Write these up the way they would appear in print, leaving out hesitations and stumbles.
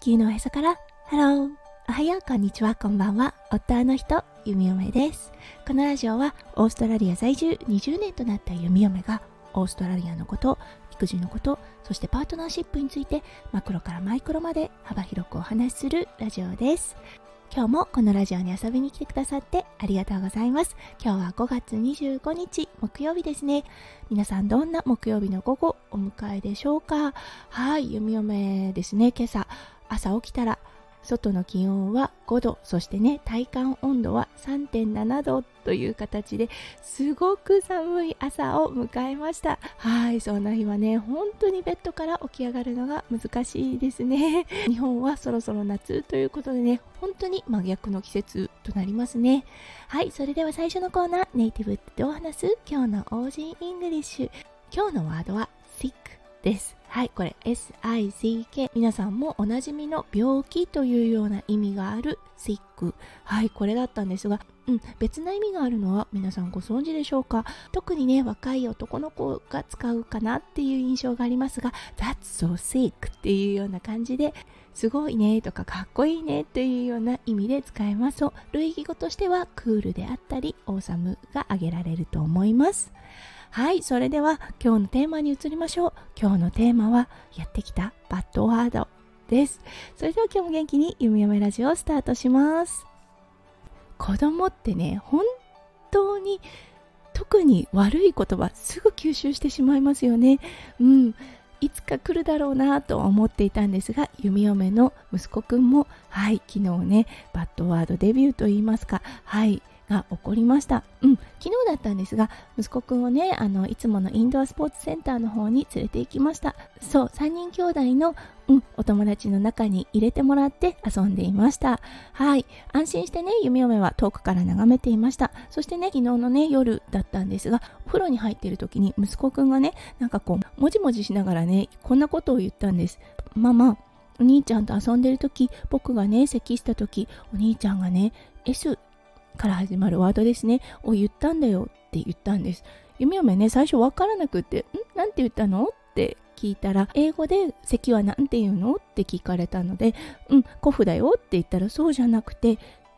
球のおへそからハロー、おはよう、こんにちは、こんばんは。夫の人、弓嫁です。このラジオはオーストラリア在住20年となった弓嫁がオーストラリアのこと、育児のこと、そしてパートナーシップについてマクロからマイクロまで幅広くお話しするラジオです。今日もこのラジオに遊びに来てくださってありがとうございます。今日は5月25日木曜日ですね。皆さんどんな木曜日の午後お迎えでしょうか。はい、弓嫁ですね。今朝起きたら外の気温は5度、そしてね、体感温度は 3.7 度という形ですごく寒い朝を迎えました。はい、そんな日はね、本当にベッドから起き上がるのが難しいですね。日本はそろそろ夏ということでね、本当に真逆の季節となりますね。はい、それでは最初のコーナー、ネイティブでお話す今日の OG イングリッシュ。今日のワードは sick です。はい、これ SICK、 皆さんもおなじみの病気というような意味がある sick。 はい、これだったんですが、別な意味があるのは皆さんご存知でしょうか。特にね、若い男の子が使うかなっていう印象がありますが、 That's so sick っていうような感じで、すごいねとかかっこいいねというような意味で使えます。類義語としてはクールであったりオーサムが挙げられると思います。はい、それでは今日のテーマに移りましょう。今日のテーマはやってきたバッドワードです。それでは今日も元気に弓嫁ラジオをスタートします。子供ってね、本当に特に悪い言葉すぐ吸収してしまいますよね。いつか来るだろうなと思っていたんですが、弓嫁の息子くんも昨日ね、バッドワードデビューといいますか、が起こりました。昨日だったんですが、息子くんをね、いつものインドアスポーツセンターの方に連れて行きました。そう、3人兄弟の、お友達の中に入れてもらって遊んでいました。はい、安心してね、弓嫁は遠くから眺めていました。そしてね、昨日のね、夜だったんですが、お風呂に入っている時に息子くんがね、なんかこうもじもじしながらね、こんなことを言ったんです。ママ、お兄ちゃんと遊んでる時、僕がね、咳した時、お兄ちゃんがね、Sから始まるワードですねを言ったんだよって言ったんです。弓嫁ね、最初わからなくって、なんて言ったのって聞いたら、英語で咳はなんて言うのって聞かれたので、コフだよって言ったら、そうじゃなくて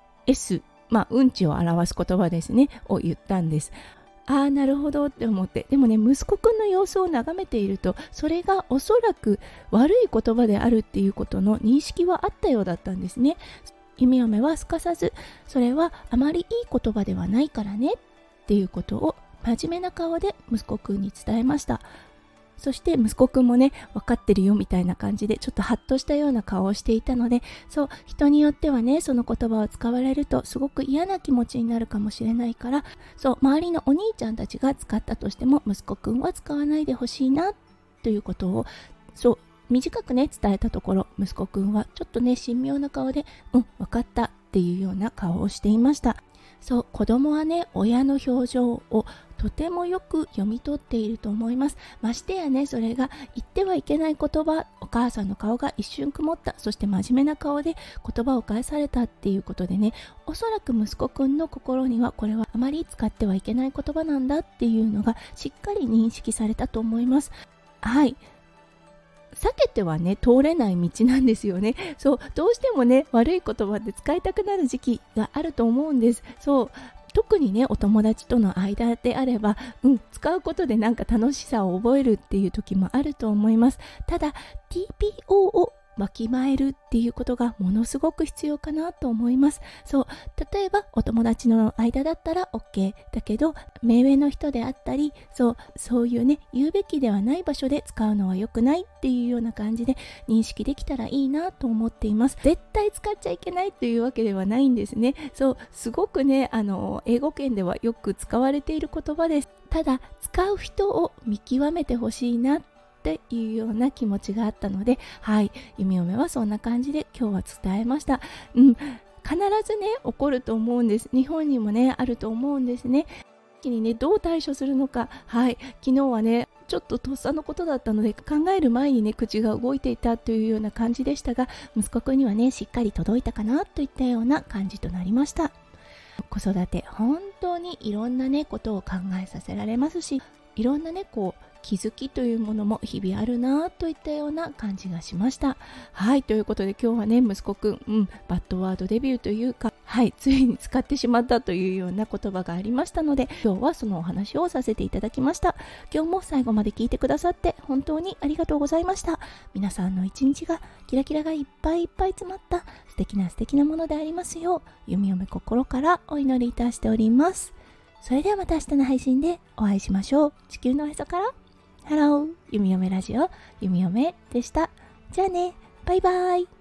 S、うんちを表す言葉ですねを言ったんです。なるほどって思って、でもね、息子くんの様子を眺めていると、それがおそらく悪い言葉であるっていうことの認識はあったようだったんですね。弓嫁はすかさず、それはあまりいい言葉ではないからねっていうことを真面目な顔で息子くんに伝えました。そして息子くんもね、分かってるよみたいな感じでちょっとハッとしたような顔をしていたので、そう、人によってはね、その言葉を使われるとすごく嫌な気持ちになるかもしれないから、そう、周りのお兄ちゃんたちが使ったとしても息子くんは使わないでほしいなということを、そう短くね伝えたところ、息子くんはちょっとね、神妙な顔で分かったっていうような顔をしていました。そう、子供はね、親の表情をとてもよく読み取っていると思います。ましてやね、それが言ってはいけない言葉、お母さんの顔が一瞬曇った、そして真面目な顔で言葉を返されたっていうことでね、おそらく息子くんの心には、これはあまり使ってはいけない言葉なんだっていうのがしっかり認識されたと思います。はい、避けてはね通れない道なんですよね。そう、どうしてもね、悪い言葉って使いたくなる時期があると思うんです。そう、特にね、お友達との間であれば、使うことでなんか楽しさを覚えるっていう時もあると思います。ただ TPO をわきまえるっていうことがものすごく必要かなと思います。そう、例えばお友達の間だったら OK だけど、目上の人であったり、そういうね、言うべきではない場所で使うのは良くないっていうような感じで認識できたらいいなと思っています。絶対使っちゃいけないというわけではないんですね。そう、すごくね、英語圏ではよく使われている言葉です。ただ、使う人を見極めてほしいなっていうような気持ちがあったので、弓嫁はそんな感じで今日は伝えました。必ずね、起こると思うんです。日本にもね、あると思うんですね。にね、どう対処するのか、昨日はね、ちょっととっさのことだったので、考える前にね、口が動いていたというような感じでしたが、息子くんにはね、しっかり届いたかなといったような感じとなりました。子育て、本当にいろんなね、ことを考えさせられますし、 いろんなね気づきというものも日々あるなといったような感じがしました。はい、ということで今日はね息子くん、バッドワードデビューというか、ついに使ってしまったというような言葉がありましたので、今日はそのお話をさせていただきました。今日も最後まで聞いてくださって本当にありがとうございました。皆さんの一日がキラキラがいっぱいいっぱい詰まった素敵なものでありますよう、弓嫁心からお祈りいたしております。それではまた明日の配信でお会いしましょう。地球のおへそからハロー、弓嫁ラジオ、弓嫁でした。じゃあね、バイバイ。